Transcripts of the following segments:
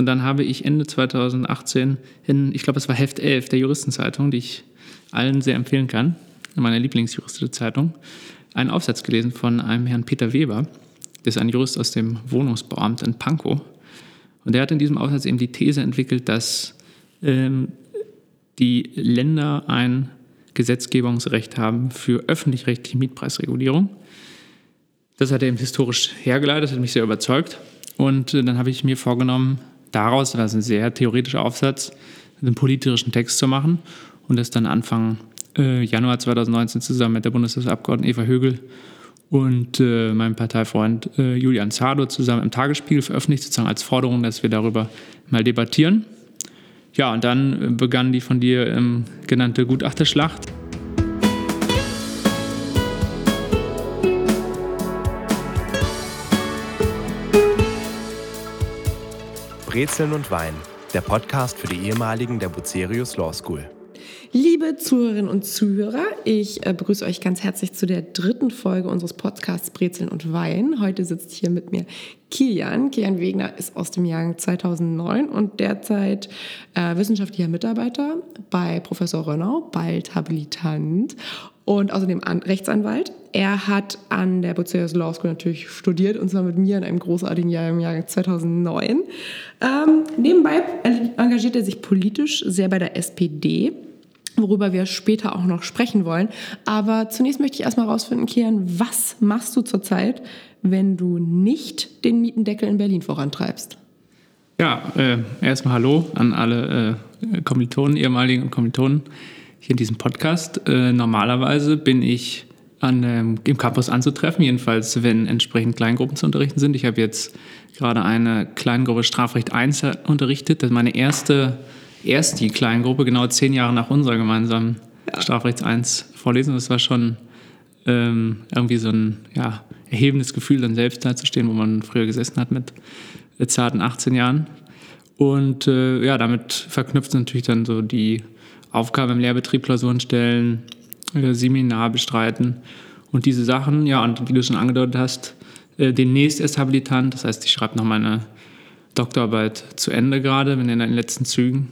Und dann habe ich Ende 2018 ich glaube, es war Heft 11 der Juristenzeitung, die ich allen sehr empfehlen kann, meine lieblingsjuristische Zeitung, einen Aufsatz gelesen von einem Herrn Peter Weber. Das ist ein Jurist aus dem Wohnungsbauamt in Pankow. Und der hat in diesem Aufsatz eben die These entwickelt, dass die Länder ein Gesetzgebungsrecht haben für öffentlich-rechtliche Mietpreisregulierung. Das hat er eben historisch hergeleitet, hat mich sehr überzeugt. Und dann habe ich mir vorgenommen, daraus, das ist ein sehr theoretischer Aufsatz, einen politischen Text zu machen und das dann Anfang Januar 2019 zusammen mit der Bundestagsabgeordneten Eva Högel und meinem Parteifreund Julian Zardow zusammen im Tagesspiegel veröffentlicht, sozusagen als Forderung, dass wir darüber mal debattieren. Ja, und dann begann die von dir genannte Gutachterschlacht. Brezeln und Wein, der Podcast für die ehemaligen der Bucerius Law School. Liebe Zuhörerinnen und Zuhörer, ich begrüße euch ganz herzlich zu der 3. Folge unseres Podcasts Brezeln und Wein. Heute sitzt hier mit mir Kilian. Kilian Wegner ist aus dem Jahr 2009 und derzeit wissenschaftlicher Mitarbeiter bei Professor Rönnau, bald Habilitant und außerdem Rechtsanwalt. Er hat an der Bucerius Law School natürlich studiert, und zwar mit mir in einem großartigen Jahr im Jahr 2009. Nebenbei engagiert er sich politisch sehr bei der SPD, worüber wir später auch noch sprechen wollen. Aber zunächst möchte ich erstmal rausfinden, Kilian, was machst du zurzeit, wenn du nicht den Mietendeckel in Berlin vorantreibst? Ja, erstmal Hallo an alle Kommilitonen, ehemaligen Kommilitonen hier in diesem Podcast. Normalerweise bin ich im Campus anzutreffen, jedenfalls wenn entsprechend Kleingruppen zu unterrichten sind. Ich habe jetzt gerade eine Kleingruppe Strafrecht 1 unterrichtet. Das ist meine erste die Kleingruppe, genau 10 Jahre nach unserer gemeinsamen Strafrechts 1 Vorlesung. Das war schon irgendwie so ein erhebendes Gefühl, dann selbst da zu stehen, wo man früher gesessen hat mit zarten 18 Jahren. Und damit verknüpft natürlich dann so die Aufgabe im Lehrbetrieb, Klausuren stellen, Seminar bestreiten und diese Sachen. Ja, und wie du schon angedeutet hast, demnächst erst Habilitant. Das heißt, ich schreibe noch meine Doktorarbeit zu Ende gerade, bin in den letzten Zügen.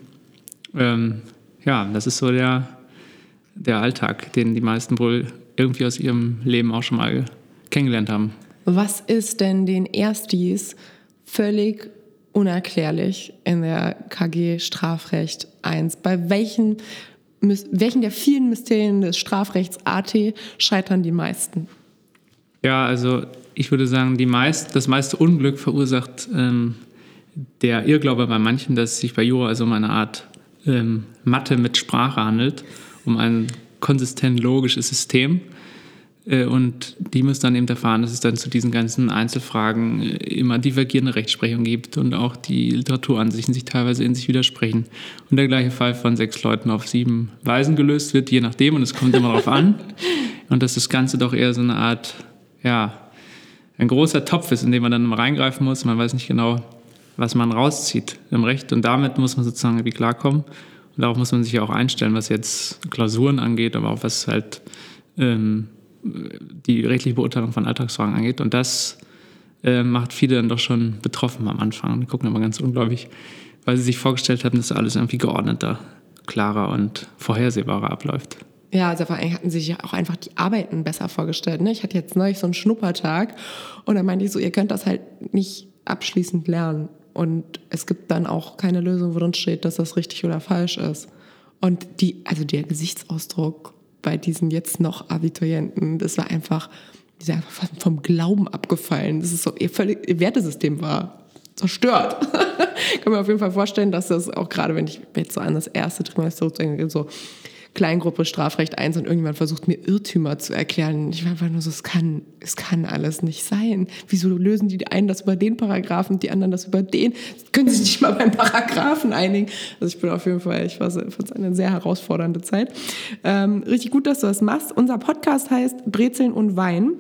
Das ist so der Alltag, den die meisten wohl irgendwie aus ihrem Leben auch schon mal kennengelernt haben. Was ist denn den Erstis völlig unerklärlich in der KG Strafrecht 1? Bei welchen der vielen Mysterien des Strafrechts AT scheitern die meisten? Ja, also ich würde sagen, das meiste Unglück verursacht der Irrglaube bei manchen, dass es sich bei Jura also um eine Art Mathe mit Sprache handelt, um ein konsistent logisches System. Und die müssen dann eben erfahren, dass es dann zu diesen ganzen Einzelfragen immer divergierende Rechtsprechung gibt und auch die Literaturansichten sich teilweise in sich widersprechen. Und der gleiche Fall von 6 Leuten auf 7 Weisen gelöst wird, je nachdem, und es kommt immer darauf an. Und dass das Ganze doch eher so eine Art, ein großer Topf ist, in den man dann mal reingreifen muss. Man weiß nicht genau, was man rauszieht im Recht. Und damit muss man sozusagen irgendwie klarkommen. Und darauf muss man sich ja auch einstellen, was jetzt Klausuren angeht, aber auch was halt die rechtliche Beurteilung von Alltagsfragen angeht. Und das macht viele dann doch schon betroffen am Anfang. Die gucken immer ganz ungläubig, weil sie sich vorgestellt hatten, dass alles irgendwie geordneter, klarer und vorhersehbarer abläuft. Ja, also vor allem hatten sie sich ja auch einfach die Arbeiten besser vorgestellt. Ne? Ich hatte jetzt neulich so einen Schnuppertag und dann meinte ich so, ihr könnt das halt nicht abschließend lernen. Und es gibt dann auch keine Lösung, wo drin steht, dass das richtig oder falsch ist. Und der Gesichtsausdruck bei diesen jetzt noch Abiturienten, die sind einfach vom Glauben abgefallen. Das ist so, ihr Wertesystem war zerstört. Kann mir auf jeden Fall vorstellen, dass das auch gerade, wenn ich jetzt so an das erste Trimester zurückdenke, so Kleingruppe Strafrecht 1 und irgendjemand versucht mir Irrtümer zu erklären. Ich war einfach nur so, es kann alles nicht sein. Wieso lösen die einen das über den Paragraphen, die anderen das über den? Können sie sich nicht mal beim Paragraphen einigen? Also ich fand es eine sehr herausfordernde Zeit. Richtig gut, dass du das machst. Unser Podcast heißt Brezeln und Wein.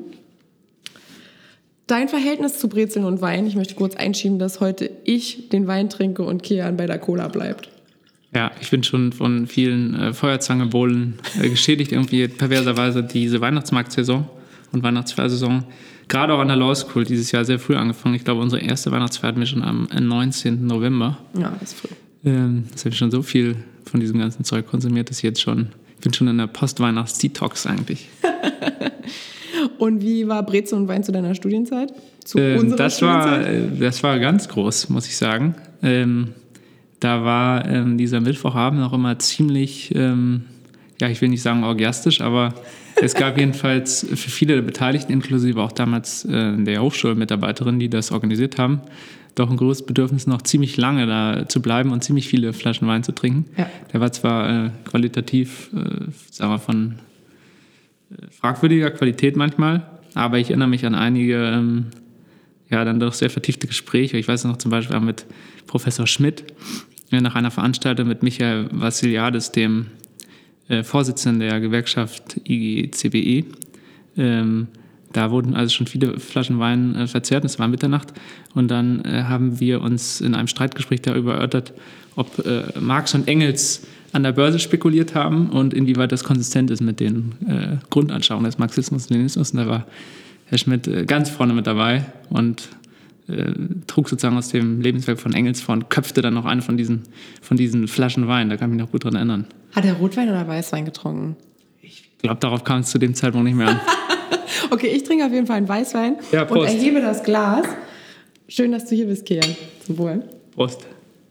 Dein Verhältnis zu Brezeln und Wein, ich möchte kurz einschieben, dass heute ich den Wein trinke und Kilian bei der Cola bleibt. Ja, ich bin schon von vielen Feuerzangenbowlen geschädigt, irgendwie perverserweise diese Weihnachtsmarktsaison. und Weihnachtsfeiersaison, gerade auch an der Law School dieses Jahr sehr früh angefangen. Ich glaube, unsere erste Weihnachtsfeier hatten wir schon am 19. November. Ja, das ist früh. Das habe ich schon so viel von diesem ganzen Zeug konsumiert, dass ich bin schon in der Post-Weihnachts-Detox eigentlich. Und wie war Brezel und Wein zu deiner Studienzeit? Zu unserer Studienzeit? Das war ganz groß, muss ich sagen. Da war dieser Mittwochabend noch immer ziemlich, ich will nicht sagen orgiastisch, aber es gab jedenfalls für viele der Beteiligten, inklusive auch damals der Hochschulmitarbeiterin, die das organisiert haben, doch ein großes Bedürfnis, noch ziemlich lange da zu bleiben und ziemlich viele Flaschen Wein zu trinken. Ja. Der war zwar qualitativ, sagen wir von fragwürdiger Qualität manchmal, aber ich erinnere mich an einige, dann doch sehr vertiefte Gespräche. Ich weiß noch zum Beispiel mit Professor Schmidt, nach einer Veranstaltung mit Michael Vassiliadis, dem Vorsitzenden der Gewerkschaft IGCBE. Da wurden also schon viele Flaschen Wein verzehrt, es war Mitternacht. Und dann haben wir uns in einem Streitgespräch darüber erörtert, ob Marx und Engels an der Börse spekuliert haben und inwieweit das konsistent ist mit den Grundanschauungen des Marxismus und Leninismus. Und da war Herr Schmidt ganz vorne mit dabei und trug sozusagen aus dem Lebenswerk von Engels vor und köpfte dann noch eine von diesen Flaschen Wein. Da kann ich mich noch gut dran erinnern. Hat er Rotwein oder Weißwein getrunken? Ich glaube, darauf kam es zu dem Zeitpunkt nicht mehr an. Okay, ich trinke auf jeden Fall einen Weißwein und erhebe das Glas. Schön, dass du hier bist, Kian. Zum Wohl. Prost.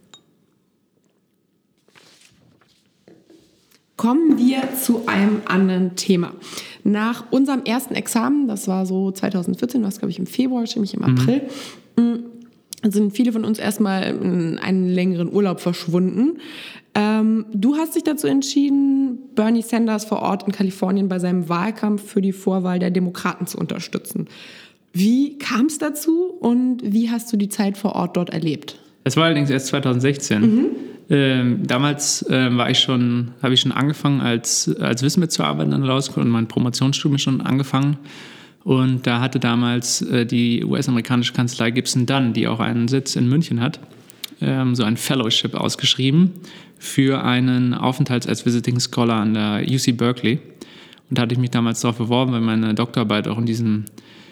Kommen wir zu einem anderen Thema. Nach unserem ersten Examen, das war so 2014, das glaube ich im Februar, nämlich im April, sind viele von uns erstmal in einen längeren Urlaub verschwunden. Du hast dich dazu entschieden, Bernie Sanders vor Ort in Kalifornien bei seinem Wahlkampf für die Vorwahl der Demokraten zu unterstützen. Wie kam es dazu und wie hast du die Zeit vor Ort dort erlebt? Es war allerdings erst 2016. Damals habe ich schon angefangen, als Wissenschaftler zu arbeiten an der Law School und mein Promotionsstudium schon angefangen. Und da hatte damals die US-amerikanische Kanzlei Gibson Dunn, die auch einen Sitz in München hat, so ein Fellowship ausgeschrieben für einen Aufenthalt als Visiting Scholar an der UC Berkeley. Und da hatte ich mich damals darauf beworben, weil meine Doktorarbeit auch in diesem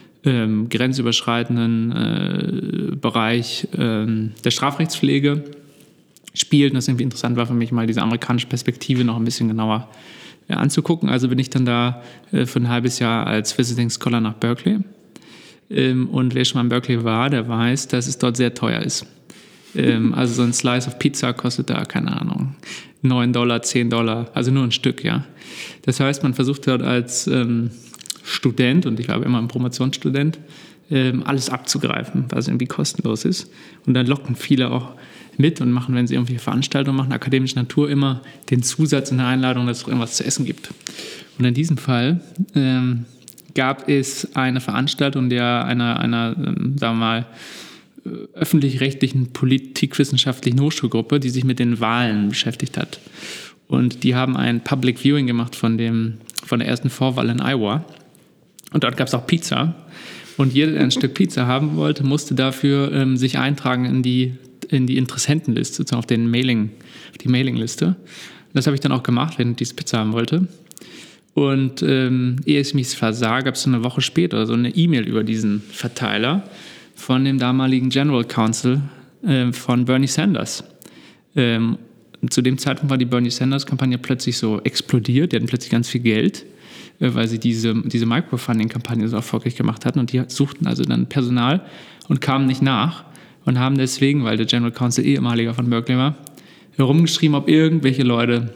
grenzüberschreitenden Bereich der Strafrechtspflege spielt. Und das irgendwie interessant war für mich, mal diese amerikanische Perspektive noch ein bisschen genauer anzugucken. Also bin ich dann da für ein halbes Jahr als Visiting Scholar nach Berkeley. Und wer schon mal in Berkeley war, der weiß, dass es dort sehr teuer ist. Also so ein Slice of Pizza kostet da, keine Ahnung, $9, $10, also nur ein Stück, ja. Das heißt, man versucht dort als Student, und ich war immer ein Promotionsstudent, alles abzugreifen, was irgendwie kostenlos ist. Und dann locken viele auch mit und machen, wenn sie irgendwie Veranstaltungen machen, akademischer Natur, immer den Zusatz in der Einladung, dass es auch irgendwas zu essen gibt. Und in diesem Fall gab es eine Veranstaltung einer sagen wir mal, öffentlich-rechtlichen politikwissenschaftlichen Hochschulgruppe, die sich mit den Wahlen beschäftigt hat. Und die haben ein Public Viewing gemacht von der ersten Vorwahl in Iowa. Und dort gab es auch Pizza. Und jeder, der ein Stück Pizza haben wollte, musste dafür sich eintragen in die Interessentenliste, sozusagen auf die Mailingliste. Das habe ich dann auch gemacht, wenn ich diese Pizza haben wollte. Und ehe es mich versah, gab es so eine Woche später so eine E-Mail über diesen Verteiler von dem damaligen General Counsel von Bernie Sanders. Zu dem Zeitpunkt war die Bernie Sanders-Kampagne plötzlich so explodiert. Die hatten plötzlich ganz viel Geld, weil sie diese Microfunding-Kampagne so erfolgreich gemacht hatten. Und die suchten also dann Personal und kamen nicht nach und haben deswegen, weil der General Counsel ehemaliger von Berkeley war, herumgeschrieben, ob irgendwelche Leute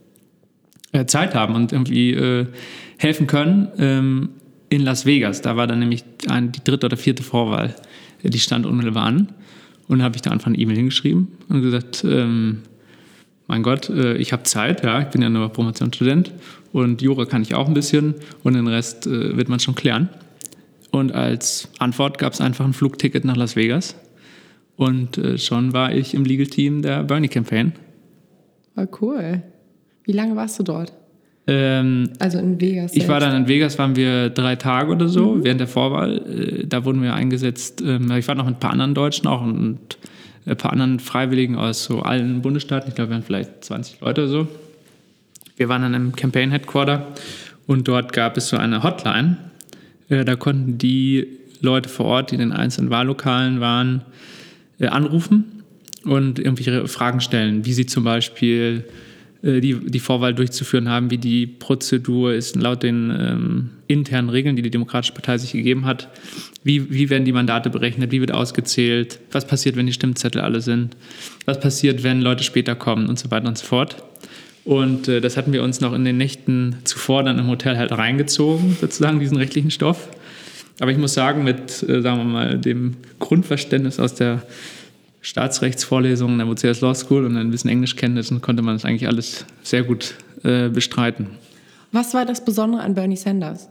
Zeit haben und irgendwie helfen können in Las Vegas. Da war dann nämlich die dritte oder vierte Vorwahl, die stand unmittelbar an. Und da habe ich da einfach eine E-Mail hingeschrieben und gesagt, mein Gott, ich habe Zeit, ja, ich bin ja nur Promotionsstudent und Jura kann ich auch ein bisschen und den Rest wird man schon klären. Und als Antwort gab es einfach ein Flugticket nach Las Vegas und schon war ich im Legal Team der Bernie Campaign. Oh, cool. Wie lange warst du dort? Also in Vegas selbst. Ich war dann in Vegas, waren wir 3 Tage oder so während der Vorwahl. Da wurden wir eingesetzt. Ich war noch mit ein paar anderen Deutschen auch und ein paar anderen Freiwilligen aus so allen Bundesstaaten. Ich glaube, wir waren vielleicht 20 Leute oder so. Wir waren dann im Campaign Headquarter und dort gab es so eine Hotline, Da konnten die Leute vor Ort, die in den einzelnen Wahllokalen waren, anrufen und irgendwelche Fragen stellen, wie sie zum Beispiel die Vorwahl durchzuführen haben, wie die Prozedur ist laut den internen Regeln, die die Demokratische Partei sich gegeben hat. Wie werden die Mandate berechnet, wie wird ausgezählt, was passiert, wenn die Stimmzettel alle sind, was passiert, wenn Leute später kommen und so weiter und so fort. Und das hatten wir uns noch in den Nächten zuvor dann im Hotel halt reingezogen, sozusagen diesen rechtlichen Stoff. Aber ich muss sagen, mit, sagen wir mal, dem Grundverständnis aus der Staatsrechtsvorlesungen in der Bucerius Law School und ein bisschen Englischkenntnissen konnte man das eigentlich alles sehr gut bestreiten. Was war das Besondere an Bernie Sanders?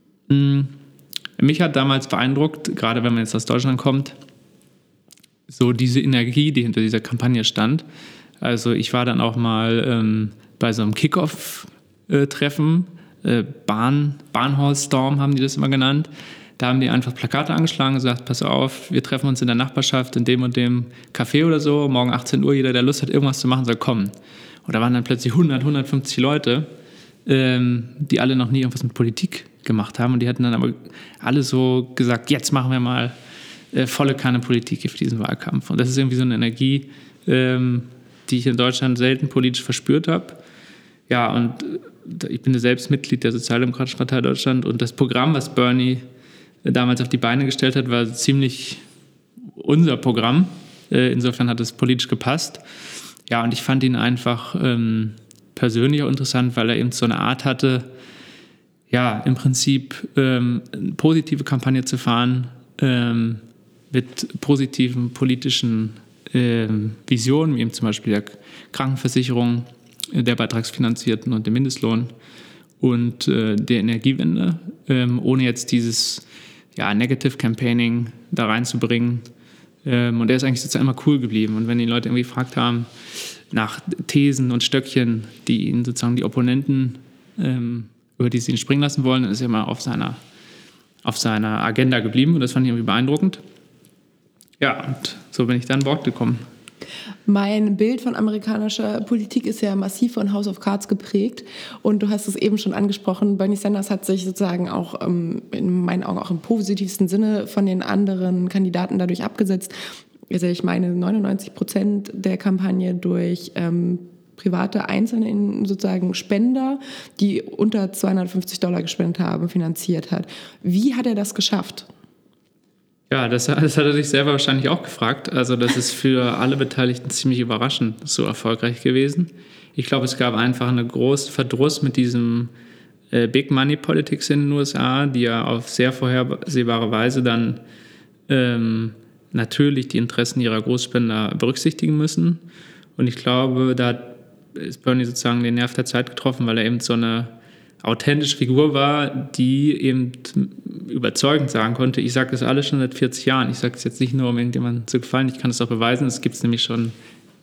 Mich hat damals beeindruckt, gerade wenn man jetzt aus Deutschland kommt, so diese Energie, die hinter dieser Kampagne stand. Also ich war dann auch mal bei so einem Kick-Off-Treffen, Barnhall-Storm haben die das immer genannt. Da haben die einfach Plakate angeschlagen und gesagt, pass auf, wir treffen uns in der Nachbarschaft in dem und dem Café oder so, morgen 18 Uhr, jeder, der Lust hat, irgendwas zu machen, soll kommen. Und da waren dann plötzlich 150 Leute, die alle noch nie irgendwas mit Politik gemacht haben. Und die hatten dann aber alle so gesagt, jetzt machen wir mal volle Kanne Politik für diesen Wahlkampf. Und das ist irgendwie so eine Energie, die ich in Deutschland selten politisch verspürt habe. Ja, und ich bin selbst Mitglied der Sozialdemokratischen Partei Deutschland und das Programm, was Bernie damals auf die Beine gestellt hat, war ziemlich unser Programm. Insofern hat es politisch gepasst. Ja, und ich fand ihn einfach persönlich auch interessant, weil er eben so eine Art hatte, ja, im Prinzip eine positive Kampagne zu fahren, mit positiven politischen Visionen, wie eben zum Beispiel der Krankenversicherung, der beitragsfinanzierten und dem Mindestlohn und der Energiewende, ohne jetzt dieses Negative Campaigning da reinzubringen. Und er ist eigentlich sozusagen immer cool geblieben. Und wenn die Leute irgendwie gefragt haben nach Thesen und Stöckchen, die ihn sozusagen die Opponenten, über die sie ihn springen lassen wollen, dann ist er immer auf seiner Agenda geblieben. Und das fand ich irgendwie beeindruckend. Ja, und so bin ich dann an Bord gekommen. Mein Bild von amerikanischer Politik ist ja massiv von House of Cards geprägt und du hast es eben schon angesprochen, Bernie Sanders hat sich sozusagen auch in meinen Augen auch im positivsten Sinne von den anderen Kandidaten dadurch abgesetzt. Also ich meine 99% der Kampagne durch private Einzelne sozusagen Spender, die unter $250 gespendet haben, finanziert hat. Wie hat er das geschafft? Ja, das hat er sich selber wahrscheinlich auch gefragt. Also das ist für alle Beteiligten ziemlich überraschend so erfolgreich gewesen. Ich glaube, es gab einfach einen großen Verdruss mit diesem Big Money Politics in den USA, die ja auf sehr vorhersehbare Weise dann natürlich die Interessen ihrer Großspender berücksichtigen müssen. Und ich glaube, da ist Bernie sozusagen den Nerv der Zeit getroffen, weil er eben so eine authentische Figur war, die eben überzeugend sagen konnte, ich sage das alles schon seit 40 Jahren. Ich sage es jetzt nicht nur, um irgendjemandem zu gefallen, ich kann es auch beweisen. Es gibt nämlich schon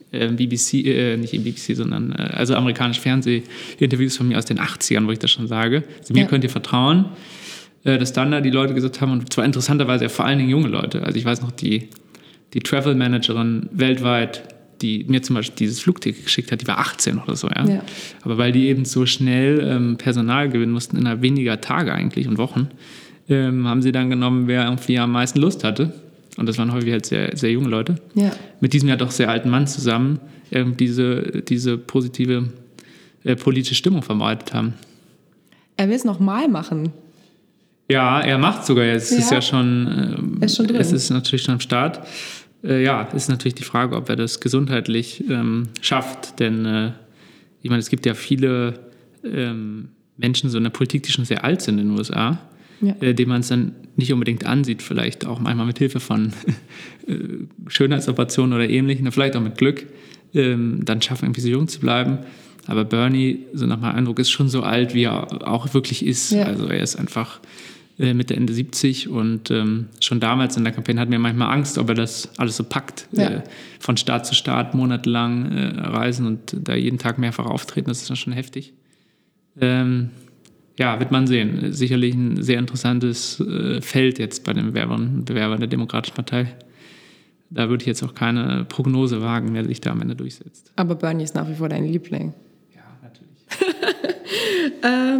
nicht im BBC, sondern also amerikanische Fernsehinterviews von mir aus den 80ern, wo ich das schon sage. Also mir könnt ihr vertrauen, dass dann da die Leute gesagt haben, und zwar interessanterweise ja vor allen Dingen junge Leute. Also ich weiß noch, die Travel Managerin weltweit, die mir zum Beispiel dieses Flugticket geschickt hat, die war 18 oder so, ja. Aber weil die eben so schnell Personal gewinnen mussten, innerhalb weniger Tage eigentlich und Wochen, haben sie dann genommen, wer irgendwie am meisten Lust hatte. Und das waren häufig halt sehr, sehr junge Leute. Ja. Mit diesem ja doch sehr alten Mann zusammen diese positive politische Stimmung verbreitet haben. Er will es nochmal machen. Ja, er macht sogar jetzt. Es ist ja schon, ist schon drin. Es ist natürlich schon am Start. Ist natürlich die Frage, ob er das gesundheitlich schafft. Denn ich meine, es gibt ja viele Menschen so in der Politik, die schon sehr alt sind in den USA, denen man es dann nicht unbedingt ansieht, vielleicht auch manchmal mit Hilfe von Schönheitsoperationen oder Ähnlichem, vielleicht auch mit Glück, dann schaffen, irgendwie so jung zu bleiben. Aber Bernie, so nach meinem Eindruck, ist schon so alt, wie er auch wirklich ist. Ja. Also er ist einfach Mitte, Ende 70 und schon damals in der Kampagne hatten wir manchmal Angst, ob er das alles so packt. Ja. Von Staat zu Staat monatelang reisen und da jeden Tag mehrfach auftreten, das ist dann schon heftig. Wird man sehen. Sicherlich ein sehr interessantes Feld jetzt bei den Bewerbern der Demokratischen Partei. Da würde ich jetzt auch keine Prognose wagen, wer sich da am Ende durchsetzt. Aber Bernie ist nach wie vor dein Liebling. Ja, natürlich.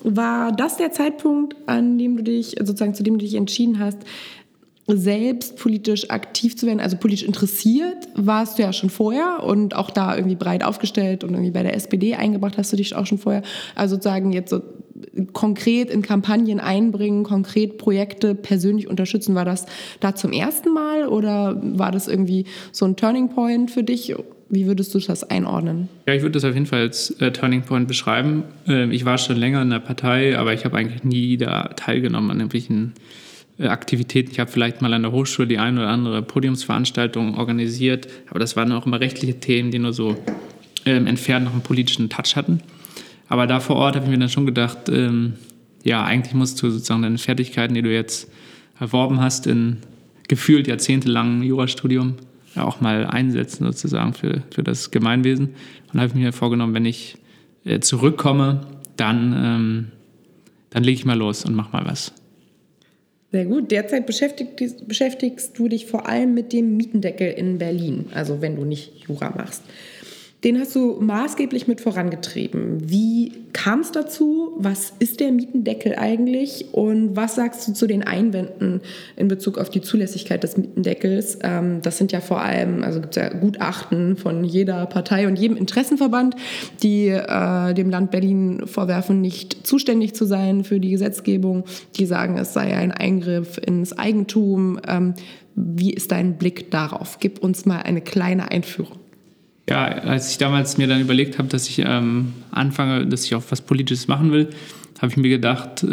war das der Zeitpunkt, an dem du dich, sozusagen zu dem du dich entschieden hast, selbst politisch aktiv zu werden, also politisch interessiert, warst du ja schon vorher und auch da irgendwie breit aufgestellt und irgendwie bei der SPD eingebracht hast du dich auch schon vorher. Also sozusagen jetzt so konkret in Kampagnen einbringen, konkret Projekte persönlich unterstützen. War das da zum ersten Mal oder war das irgendwie so ein Turning Point für dich? Wie würdest du das einordnen? Ja, ich würde das auf jeden Fall als Turning Point beschreiben. Ich war schon länger in der Partei, aber ich habe eigentlich nie da teilgenommen an irgendwelchen Aktivitäten. Ich habe vielleicht mal an der Hochschule die ein oder andere Podiumsveranstaltung organisiert, aber das waren auch immer rechtliche Themen, die nur so entfernt noch einen politischen Touch hatten. Aber da vor Ort habe ich mir dann schon gedacht, eigentlich musst du sozusagen deine Fertigkeiten, die du jetzt erworben hast, in gefühlt jahrzehntelangen Jurastudium auch mal einsetzen sozusagen für das Gemeinwesen. Und habe ich mir vorgenommen, wenn ich zurückkomme, dann lege ich mal los und mache mal was. Sehr gut. Derzeit beschäftigst du dich vor allem mit dem Mietendeckel in Berlin, also wenn du nicht Jura machst. Den hast du maßgeblich mit vorangetrieben. Wie kam es dazu? Was ist der Mietendeckel eigentlich? Und was sagst du zu den Einwänden in Bezug auf die Zulässigkeit des Mietendeckels? Das sind ja vor allem, also gibt es ja Gutachten von jeder Partei und jedem Interessenverband, die dem Land Berlin vorwerfen, nicht zuständig zu sein für die Gesetzgebung. Die sagen, es sei ein Eingriff ins Eigentum. Wie ist dein Blick darauf? Gib uns mal eine kleine Einführung. Ja, als ich damals mir dann überlegt habe, dass ich anfange, dass ich auch was Politisches machen will, habe ich mir gedacht,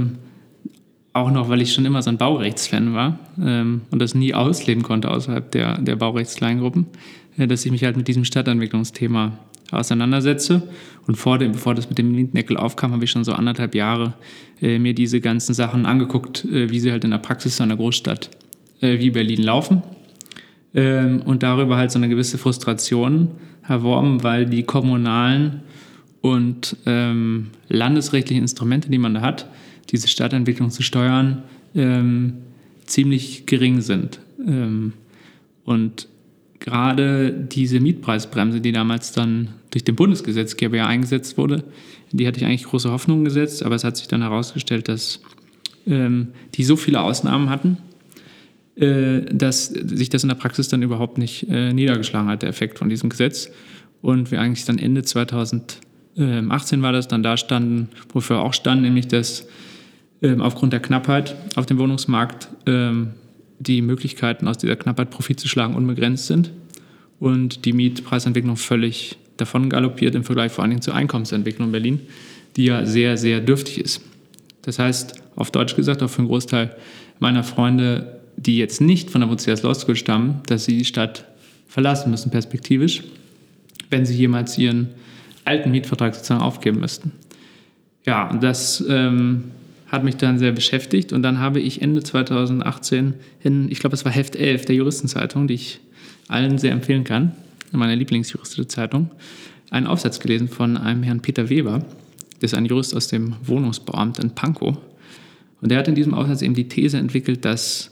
auch noch, weil ich schon immer so ein Baurechtsfan war und das nie ausleben konnte außerhalb der Baurechtskleingruppen, dass ich mich halt mit diesem Stadtentwicklungsthema auseinandersetze. Und bevor das mit dem Mietendeckel aufkam, habe ich schon so 1,5 Jahre mir diese ganzen Sachen angeguckt, wie sie halt in der Praxis so einer Großstadt wie Berlin laufen. Und darüber halt so eine gewisse Frustration erworben, weil die kommunalen und landesrechtlichen Instrumente, die man da hat, diese Stadtentwicklung zu steuern, ziemlich gering sind. Und gerade diese Mietpreisbremse, die damals dann durch den Bundesgesetzgeber ja eingesetzt wurde, die hatte ich eigentlich große Hoffnungen gesetzt, aber es hat sich dann herausgestellt, dass die so viele Ausnahmen hatten, dass sich das in der Praxis dann überhaupt nicht niedergeschlagen hat, der Effekt von diesem Gesetz. Und wir eigentlich dann Ende 2018 war das, dann da standen, wofür auch standen, nämlich dass aufgrund der Knappheit auf dem Wohnungsmarkt die Möglichkeiten aus dieser Knappheit Profit zu schlagen unbegrenzt sind und die Mietpreisentwicklung völlig davon galoppiert im Vergleich vor allen Dingen zur Einkommensentwicklung in Berlin, die ja sehr, sehr dürftig ist. Das heißt, auf Deutsch gesagt, auch für einen Großteil meiner Freunde, die jetzt nicht von der Bucerius Law School stammen, dass sie die Stadt verlassen müssen, perspektivisch, wenn sie jemals ihren alten Mietvertrag sozusagen aufgeben müssten. Ja, und das hat mich dann sehr beschäftigt und dann habe ich Ende 2018 ich glaube es war Heft 11 der Juristenzeitung, die ich allen sehr empfehlen kann, meine lieblingsjuristische Zeitung, einen Aufsatz gelesen von einem Herrn Peter Weber, der ist ein Jurist aus dem Wohnungsbauamt in Pankow. Und der hat in diesem Aufsatz eben die These entwickelt, dass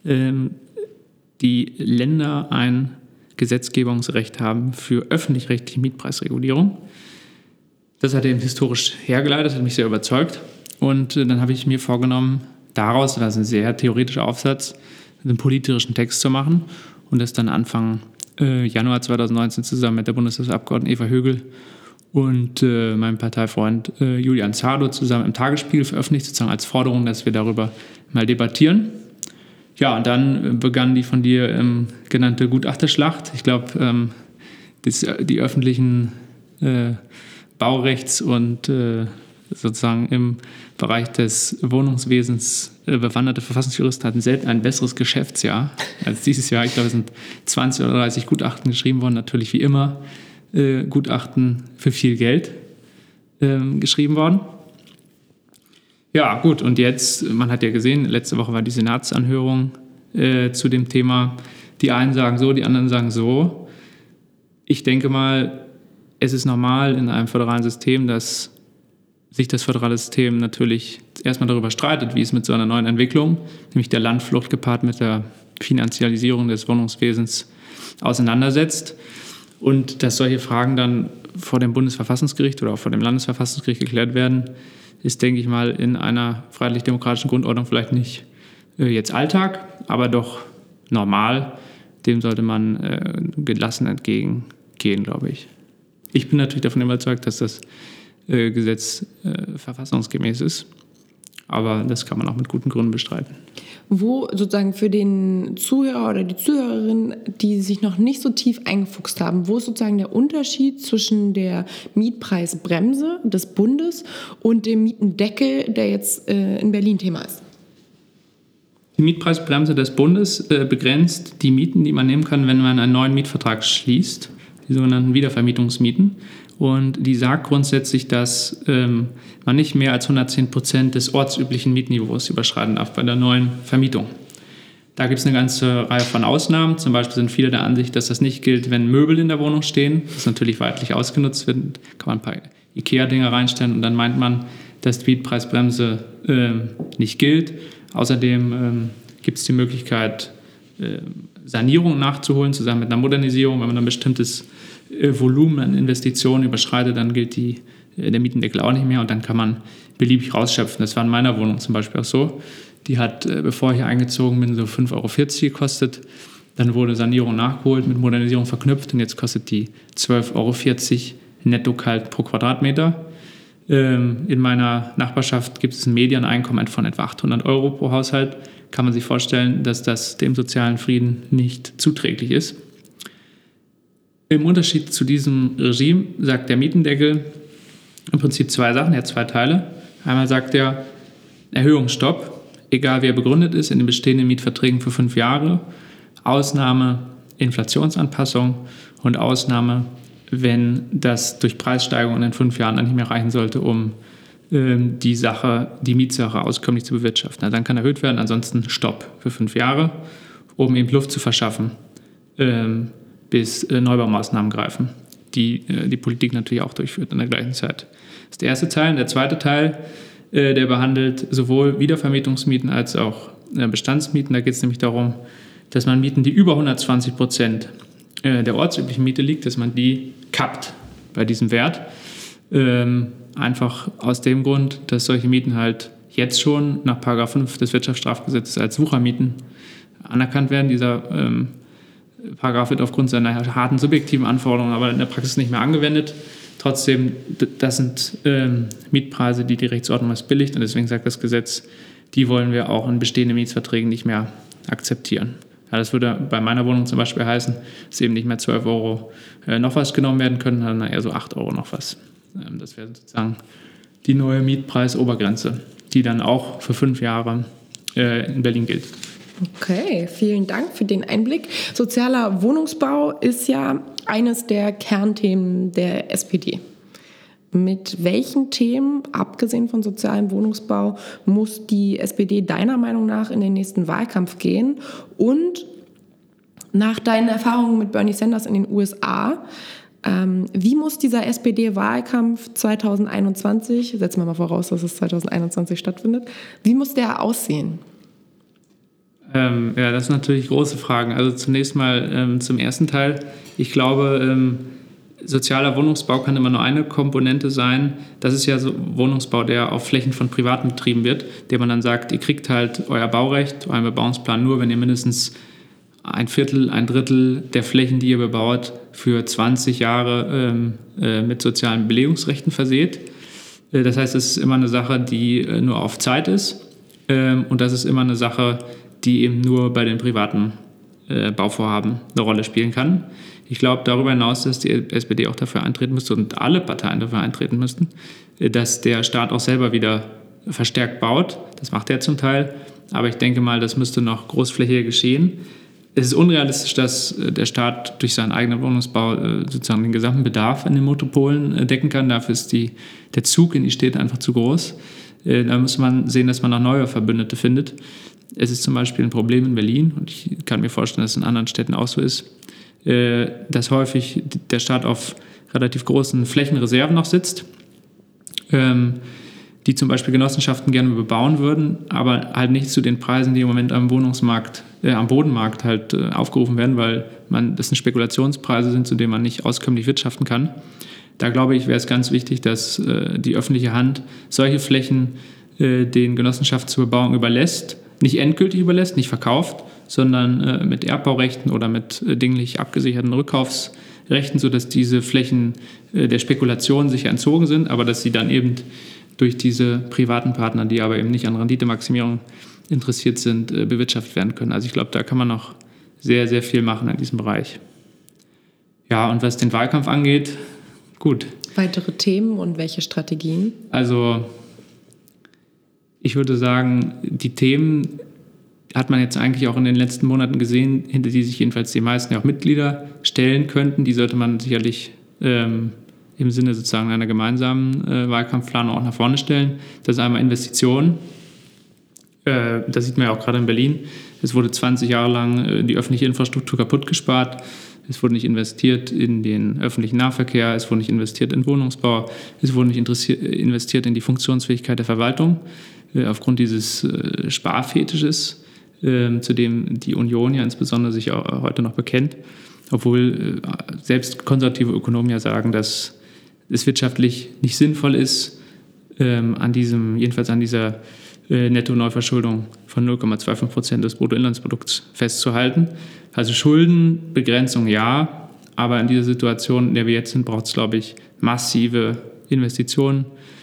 die Länder ein Gesetzgebungsrecht haben für öffentlich-rechtliche Mietpreisregulierung. Das hat er eben historisch hergeleitet, hat mich sehr überzeugt. Und dann habe ich mir vorgenommen, daraus, das ist ein sehr theoretischer Aufsatz, einen politischen Text zu machen und das dann Anfang Januar 2019 zusammen mit der Bundestagsabgeordneten Eva Högel und meinem Parteifreund Julian Zardow zusammen im Tagesspiegel veröffentlicht, sozusagen als Forderung, dass wir darüber mal debattieren. Ja, und dann begann die von dir genannte Gutachterschlacht. Ich glaube, die öffentlichen Baurechts- und sozusagen im Bereich des Wohnungswesens bewanderte Verfassungsjuristen hatten selten ein besseres Geschäftsjahr als dieses Jahr. Ich glaube, es sind 20 oder 30 Gutachten geschrieben worden, natürlich wie immer Gutachten für viel Geld geschrieben worden. Ja, gut, und jetzt, man hat ja gesehen, letzte Woche war die Senatsanhörung zu dem Thema. Die einen sagen so, die anderen sagen so. Ich denke mal, es ist normal in einem föderalen System, dass sich das föderale System natürlich erstmal darüber streitet, wie es mit so einer neuen Entwicklung, nämlich der Landflucht gepaart mit der Finanzialisierung des Wohnungswesens, auseinandersetzt. Und dass solche Fragen dann vor dem Bundesverfassungsgericht oder auch vor dem Landesverfassungsgericht geklärt werden, ist, denke ich mal, in einer freiheitlich-demokratischen Grundordnung vielleicht nicht jetzt Alltag, aber doch normal. Dem sollte man gelassen entgegengehen, glaube ich. Ich bin natürlich davon überzeugt, dass das Gesetz verfassungsgemäß ist, aber das kann man auch mit guten Gründen bestreiten. Wo sozusagen für den Zuhörer oder die Zuhörerin, die sich noch nicht so tief eingefuchst haben, wo ist sozusagen der Unterschied zwischen der Mietpreisbremse des Bundes und dem Mietendeckel, der jetzt in Berlin Thema ist? Die Mietpreisbremse des Bundes begrenzt die Mieten, die man nehmen kann, wenn man einen neuen Mietvertrag schließt, die sogenannten Wiedervermietungsmieten. Und die sagt grundsätzlich, dass man nicht mehr als 110% des ortsüblichen Mietniveaus überschreiten darf bei der neuen Vermietung. Da gibt es eine ganze Reihe von Ausnahmen. Zum Beispiel sind viele der Ansicht, dass das nicht gilt, wenn Möbel in der Wohnung stehen. Das natürlich weitlich ausgenutzt wird. Kann man ein paar Ikea-Dinger reinstellen und dann meint man, dass die Mietpreisbremse nicht gilt. Außerdem gibt es die Möglichkeit, Sanierung nachzuholen, zusammen mit einer Modernisierung. Wenn man ein bestimmtes Volumen an Investitionen überschreitet, dann gilt der Mietendeckel auch nicht mehr und dann kann man beliebig rausschöpfen. Das war in meiner Wohnung zum Beispiel auch so. Die hat, bevor ich hier eingezogen bin, so 5,40 € gekostet. Dann wurde Sanierung nachgeholt, mit Modernisierung verknüpft und jetzt kostet die 12,40 € netto kalt pro Quadratmeter. In meiner Nachbarschaft gibt es ein Medianeinkommen von etwa 800 € pro Haushalt. Kann man sich vorstellen, dass das dem sozialen Frieden nicht zuträglich ist. Im Unterschied zu diesem Regime sagt der Mietendeckel im Prinzip zwei Sachen, er hat zwei Teile. Einmal sagt er Erhöhungsstopp, egal wie er begründet ist, in den bestehenden Mietverträgen für 5 Jahre. Ausnahme Inflationsanpassung und Ausnahme, wenn das durch Preissteigerungen in 5 Jahren dann nicht mehr reichen sollte, um die Mietsache auskömmlich zu bewirtschaften. Also dann kann erhöht werden, ansonsten Stopp für 5 Jahre, um eben Luft zu verschaffen, bis Neubaumaßnahmen greifen, die die Politik natürlich auch durchführt in der gleichen Zeit. Das ist der erste Teil. Und der zweite Teil, der behandelt sowohl Wiedervermietungsmieten als auch Bestandsmieten. Da geht es nämlich darum, dass man Mieten, die über 120% der ortsüblichen Miete liegt, dass man die kappt bei diesem Wert. Einfach aus dem Grund, dass solche Mieten halt jetzt schon nach § 5 des Wirtschaftsstrafgesetzes als Wuchermieten anerkannt werden. Dieser Paragraph wird aufgrund seiner harten subjektiven Anforderungen aber in der Praxis nicht mehr angewendet. Trotzdem, das sind Mietpreise, die Rechtsordnung billigt und deswegen sagt das Gesetz, die wollen wir auch in bestehenden Mietverträgen nicht mehr akzeptieren. Ja, das würde bei meiner Wohnung zum Beispiel heißen, dass eben nicht mehr 12 € noch was genommen werden können, sondern eher so 8 € noch was. Das wäre sozusagen die neue Mietpreisobergrenze, die dann auch für 5 Jahre in Berlin gilt. Okay, vielen Dank für den Einblick. Sozialer Wohnungsbau ist ja eines der Kernthemen der SPD. Mit welchen Themen, abgesehen von sozialem Wohnungsbau, muss die SPD deiner Meinung nach in den nächsten Wahlkampf gehen? Und nach deinen Erfahrungen mit Bernie Sanders in den USA, wie muss dieser SPD-Wahlkampf 2021, setzen wir mal voraus, dass es 2021 stattfindet, wie muss der aussehen? Ja, das sind natürlich große Fragen. Also zunächst mal zum ersten Teil. Ich glaube, sozialer Wohnungsbau kann immer nur eine Komponente sein. Das ist ja so Wohnungsbau, der auf Flächen von Privaten betrieben wird, der man dann sagt, ihr kriegt halt euer Baurecht, euren Bebauungsplan nur, wenn ihr mindestens 1/4, 1/3 der Flächen, die ihr bebaut, für 20 Jahre mit sozialen Belegungsrechten verseht. Das heißt, es ist immer eine Sache, die nur auf Zeit ist. Und das ist immer eine Sache, die eben nur bei den privaten Bauvorhaben eine Rolle spielen kann. Ich glaube darüber hinaus, dass die SPD auch dafür eintreten müsste und alle Parteien dafür eintreten müssten, dass der Staat auch selber wieder verstärkt baut. Das macht er zum Teil, aber ich denke mal, das müsste noch großflächiger geschehen. Es ist unrealistisch, dass der Staat durch seinen eigenen Wohnungsbau sozusagen den gesamten Bedarf in den Metropolen decken kann. Dafür ist der Zug in die Städte einfach zu groß. Da muss man sehen, dass man noch neue Verbündete findet. Es ist zum Beispiel ein Problem in Berlin, und ich kann mir vorstellen, dass es in anderen Städten auch so ist, dass häufig der Staat auf relativ großen Flächenreserven noch sitzt, die zum Beispiel Genossenschaften gerne bebauen würden, aber halt nicht zu den Preisen, die im Moment am Bodenmarkt halt aufgerufen werden, weil das sind Spekulationspreise sind, zu denen man nicht auskömmlich wirtschaften kann. Da glaube ich, wäre es ganz wichtig, dass die öffentliche Hand solche Flächen den Genossenschaften zur Bebauung überlässt, nicht endgültig überlässt, nicht verkauft, sondern mit Erbbaurechten oder mit dinglich abgesicherten Rückkaufsrechten, sodass diese Flächen der Spekulation sicher entzogen sind, aber dass sie dann eben durch diese privaten Partner, die aber eben nicht an Renditemaximierung interessiert sind, bewirtschaftet werden können. Also ich glaube, da kann man noch sehr, sehr viel machen in diesem Bereich. Ja, und was den Wahlkampf angeht, gut. Weitere Themen und welche Strategien? Also ich würde sagen, die Themen hat man jetzt eigentlich auch in den letzten Monaten gesehen, hinter die sich jedenfalls die meisten ja auch Mitglieder stellen könnten. Die sollte man sicherlich im Sinne sozusagen einer gemeinsamen Wahlkampfplanung auch nach vorne stellen. Das ist einmal Investitionen. Das sieht man ja auch gerade in Berlin. Es wurde 20 Jahre lang die öffentliche Infrastruktur kaputt gespart. Es wurde nicht investiert in den öffentlichen Nahverkehr, es wurde nicht investiert in Wohnungsbau, es wurde nicht investiert in die Funktionsfähigkeit der Verwaltung. Aufgrund dieses Sparfetisches, zu dem die Union ja insbesondere sich auch heute noch bekennt, obwohl selbst konservative Ökonomen ja sagen, dass es wirtschaftlich nicht sinnvoll ist, jedenfalls an dieser Netto-Neuverschuldung von 0,25% des Bruttoinlandsprodukts festzuhalten. Also Schuldenbegrenzung ja, aber in dieser Situation, in der wir jetzt sind, braucht es, glaube ich, massive Investitionen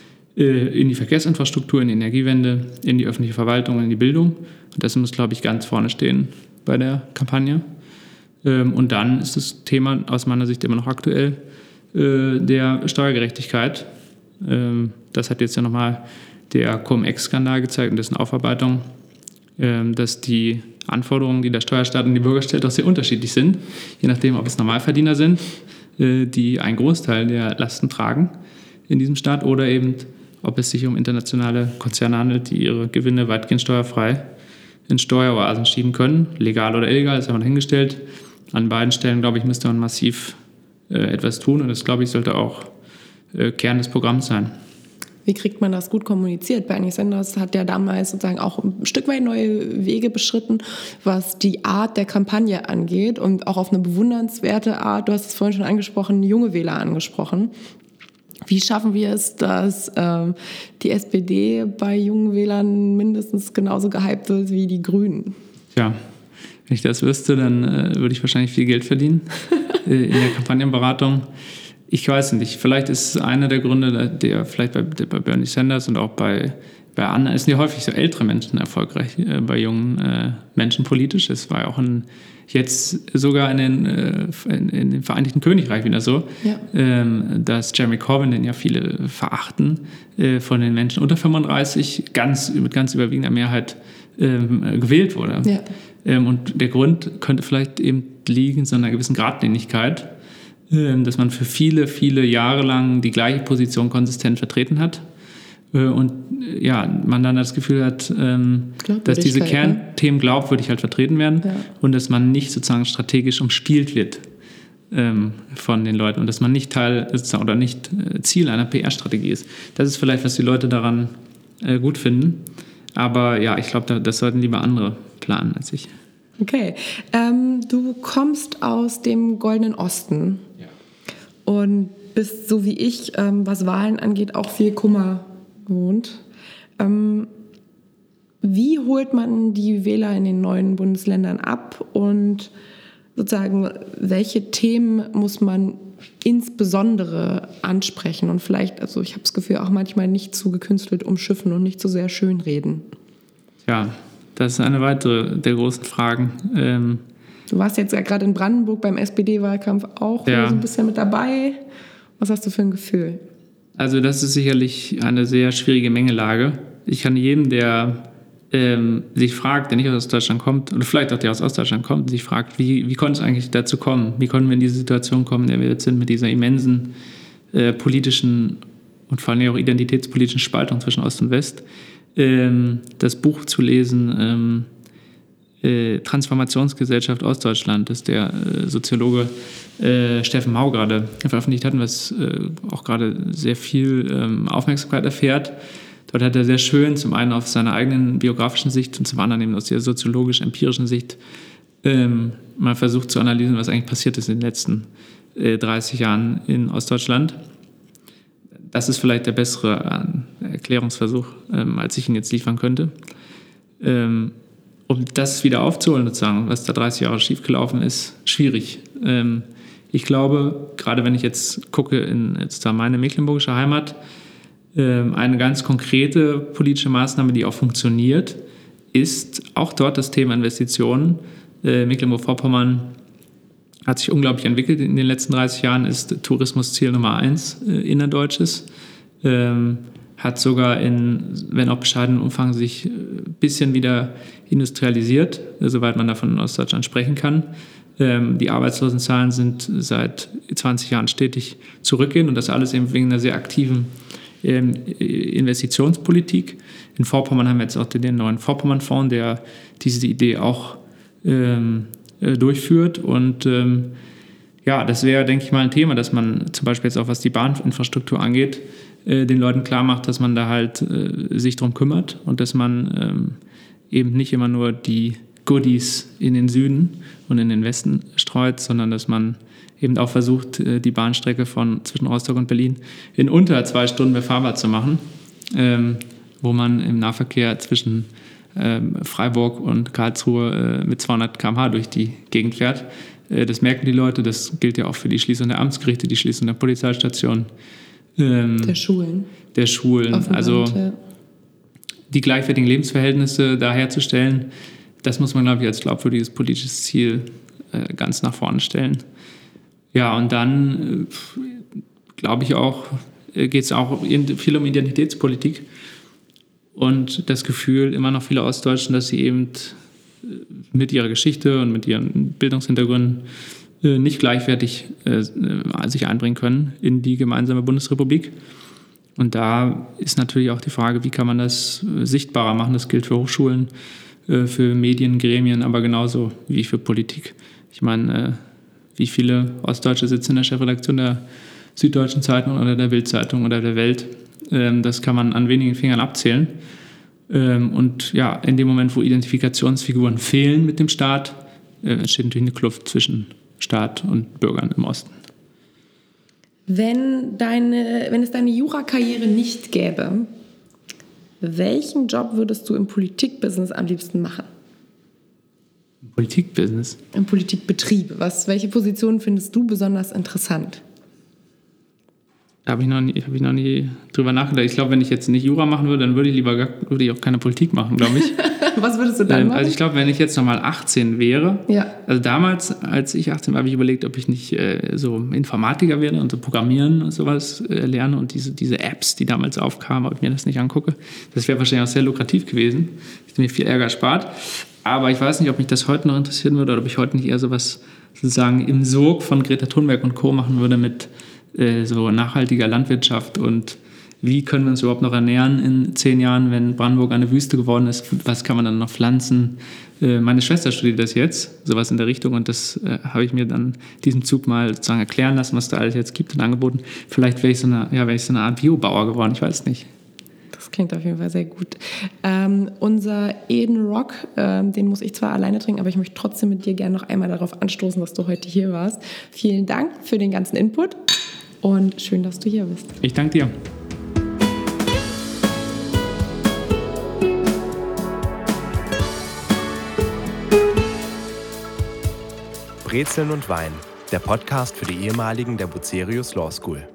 in die Verkehrsinfrastruktur, in die Energiewende, in die öffentliche Verwaltung, in die Bildung. Und das muss, glaube ich, ganz vorne stehen bei der Kampagne. Und dann ist das Thema aus meiner Sicht immer noch aktuell der Steuergerechtigkeit. Das hat jetzt ja nochmal der Cum-Ex-Skandal gezeigt und dessen Aufarbeitung, dass die Anforderungen, die der Steuerstaat an die Bürger stellt, auch sehr unterschiedlich sind, je nachdem, ob es Normalverdiener sind, die einen Großteil der Lasten tragen in diesem Staat, oder eben, ob es sich um internationale Konzerne handelt, die ihre Gewinne weitgehend steuerfrei in Steueroasen schieben können, legal oder illegal, das haben wir hingestellt. An beiden Stellen, glaube ich, müsste man massiv etwas tun, und das, glaube ich, sollte auch Kern des Programms sein. Wie kriegt man das gut kommuniziert? Bernie Sanders hat ja damals sozusagen auch ein Stück weit neue Wege beschritten, was die Art der Kampagne angeht, und auch auf eine bewundernswerte Art. Du hast es vorhin schon angesprochen, junge Wähler angesprochen. Wie schaffen wir es, dass die SPD bei jungen Wählern mindestens genauso gehypt wird wie die Grünen? Ja, wenn ich das wüsste, dann würde ich wahrscheinlich viel Geld verdienen in der Kampagnenberatung. Ich weiß nicht, vielleicht ist einer der Gründe, der vielleicht bei Bernie Sanders und auch bei anderen, es sind ja häufig so ältere Menschen erfolgreich, bei jungen Menschen politisch. Es war ja auch jetzt sogar in den Vereinigten Königreich wieder so, ja, dass Jeremy Corbyn, den ja viele verachten, von den Menschen unter 35 mit ganz überwiegender Mehrheit gewählt wurde. Ja. Und der Grund könnte vielleicht eben liegen in so einer gewissen Geradlinigkeit, dass man für viele, viele Jahre lang die gleiche Position konsistent vertreten hat und ja, man dann das Gefühl hat, dass diese Kernthemen glaubwürdig halt vertreten werden, ja, und dass man nicht sozusagen strategisch umspielt wird von den Leuten und dass man nicht Teil oder nicht Ziel einer PR-Strategie ist. Das ist vielleicht, was die Leute daran gut finden, aber ja, ich glaube, das sollten lieber andere planen als ich. Okay, du kommst aus dem Goldenen Osten, ja, und bist, so wie ich, was Wahlen angeht, auch viel Kummer gewohnt. Wie holt man die Wähler in den neuen Bundesländern ab und sozusagen, welche Themen muss man insbesondere ansprechen und vielleicht, also ich habe das Gefühl, auch manchmal nicht zu gekünstelt umschiffen und nicht zu sehr schönreden? Ja, das ist eine weitere der großen Fragen. Du warst jetzt ja gerade in Brandenburg beim SPD-Wahlkampf auch, ja, so ein bisschen mit dabei. Was hast du für ein Gefühl? Also das ist sicherlich eine sehr schwierige Mengelage. Ich kann jedem, der sich fragt, der nicht aus Ostdeutschland kommt, oder vielleicht auch der aus Ostdeutschland kommt, sich fragt, wie konnte es eigentlich dazu kommen? Wie konnten wir in diese Situation kommen, in der wir jetzt sind, mit dieser immensen politischen und vor allem auch identitätspolitischen Spaltung zwischen Ost und West? Das Buch zu lesen, Transformationsgesellschaft Ostdeutschland, das der Soziologe Steffen Mau gerade veröffentlicht hat, was auch gerade sehr viel Aufmerksamkeit erfährt. Dort hat er sehr schön zum einen auf seiner eigenen biografischen Sicht und zum anderen eben aus der soziologisch-empirischen Sicht mal versucht zu analysieren, was eigentlich passiert ist in den letzten 30 Jahren in Ostdeutschland. Das ist vielleicht der bessere Erklärungsversuch, als ich ihn jetzt liefern könnte. Um das wieder aufzuholen, sozusagen, was da 30 Jahre schiefgelaufen ist, schwierig. Ich glaube, gerade wenn ich jetzt gucke in meine mecklenburgische Heimat, eine ganz konkrete politische Maßnahme, die auch funktioniert, ist auch dort das Thema Investitionen. Mecklenburg-Vorpommern hat sich unglaublich entwickelt in den letzten 30 Jahren, ist Tourismusziel Nummer 1 innerdeutsches. Hat sogar wenn auch bescheidenen Umfang, sich ein bisschen wieder industrialisiert, soweit man davon in Ostdeutschland sprechen kann. Die Arbeitslosenzahlen sind seit 20 Jahren stetig zurückgehen und das alles eben wegen einer sehr aktiven Investitionspolitik. In Vorpommern haben wir jetzt auch den neuen Vorpommern-Fonds, der diese Idee auch durchführt. Und das wäre, denke ich mal, ein Thema, dass man zum Beispiel jetzt auch, was die Bahninfrastruktur angeht, den Leuten klar macht, dass man da halt sich drum kümmert und dass man eben nicht immer nur die Goodies in den Süden und in den Westen streut, sondern dass man eben auch versucht, die Bahnstrecke zwischen Rostock und Berlin in unter 2 Stunden befahrbar zu machen, wo man im Nahverkehr zwischen Freiburg und Karlsruhe mit 200 km/h durch die Gegend fährt. Das merken die Leute, das gilt ja auch für die Schließung der Amtsgerichte, die Schließung der Polizeistationen. Der Schulen. Also die gleichwertigen Lebensverhältnisse da herzustellen, das muss man, glaube ich, als glaubwürdiges politisches Ziel ganz nach vorne stellen. Ja, und dann glaube ich auch, geht es auch viel um Identitätspolitik und das Gefühl immer noch viele Ostdeutschen, dass sie eben mit ihrer Geschichte und mit ihren Bildungshintergründen nicht gleichwertig sich einbringen können in die gemeinsame Bundesrepublik. Und da ist natürlich auch die Frage, wie kann man das sichtbarer machen? Das gilt für Hochschulen, für Mediengremien, aber genauso wie für Politik. Ich meine, wie viele Ostdeutsche sitzen in der Chefredaktion der Süddeutschen Zeitung oder der Bild-Zeitung oder der Welt? Das kann man an wenigen Fingern abzählen. Und ja, in dem Moment, wo Identifikationsfiguren fehlen mit dem Staat, entsteht natürlich eine Kluft zwischen Staat und Bürgern im Osten. Wenn es deine Jurakarriere nicht gäbe, welchen Job würdest du im Politikbusiness am liebsten machen? Im Politikbusiness? Im Politikbetrieb. Welche Positionen findest du besonders interessant? Da habe ich noch nie drüber nachgedacht. Ich glaube, wenn ich jetzt nicht Jura machen würde, dann würde ich auch keine Politik machen, glaube ich. Was würdest du dann machen? Also ich glaube, wenn ich jetzt nochmal 18 wäre, also damals, als ich 18 war, habe ich überlegt, ob ich nicht so Informatiker werde und so Programmieren und sowas lerne und diese Apps, die damals aufkamen, ob ich mir das nicht angucke. Das wäre wahrscheinlich auch sehr lukrativ gewesen. Ich hätte mir viel Ärger erspart. Aber ich weiß nicht, ob mich das heute noch interessieren würde oder ob ich heute nicht eher sowas sozusagen im Sog von Greta Thunberg und Co. machen würde mit so nachhaltiger Landwirtschaft und wie können wir uns überhaupt noch ernähren in 10 Jahren, wenn Brandenburg eine Wüste geworden ist, was kann man dann noch pflanzen? Meine Schwester studiert das jetzt, sowas in der Richtung und das habe ich mir dann diesem Zug mal sozusagen erklären lassen, was da alles jetzt gibt und angeboten. Vielleicht wäre ich so eine Art Biobauer geworden, ich weiß nicht. Das klingt auf jeden Fall sehr gut. Unser Eden Rock, den muss ich zwar alleine trinken, aber ich möchte trotzdem mit dir gerne noch einmal darauf anstoßen, dass du heute hier warst. Vielen Dank für den ganzen Input und schön, dass du hier bist. Ich danke dir. Brezeln und Wein, der Podcast für die ehemaligen der Bucerius Law School.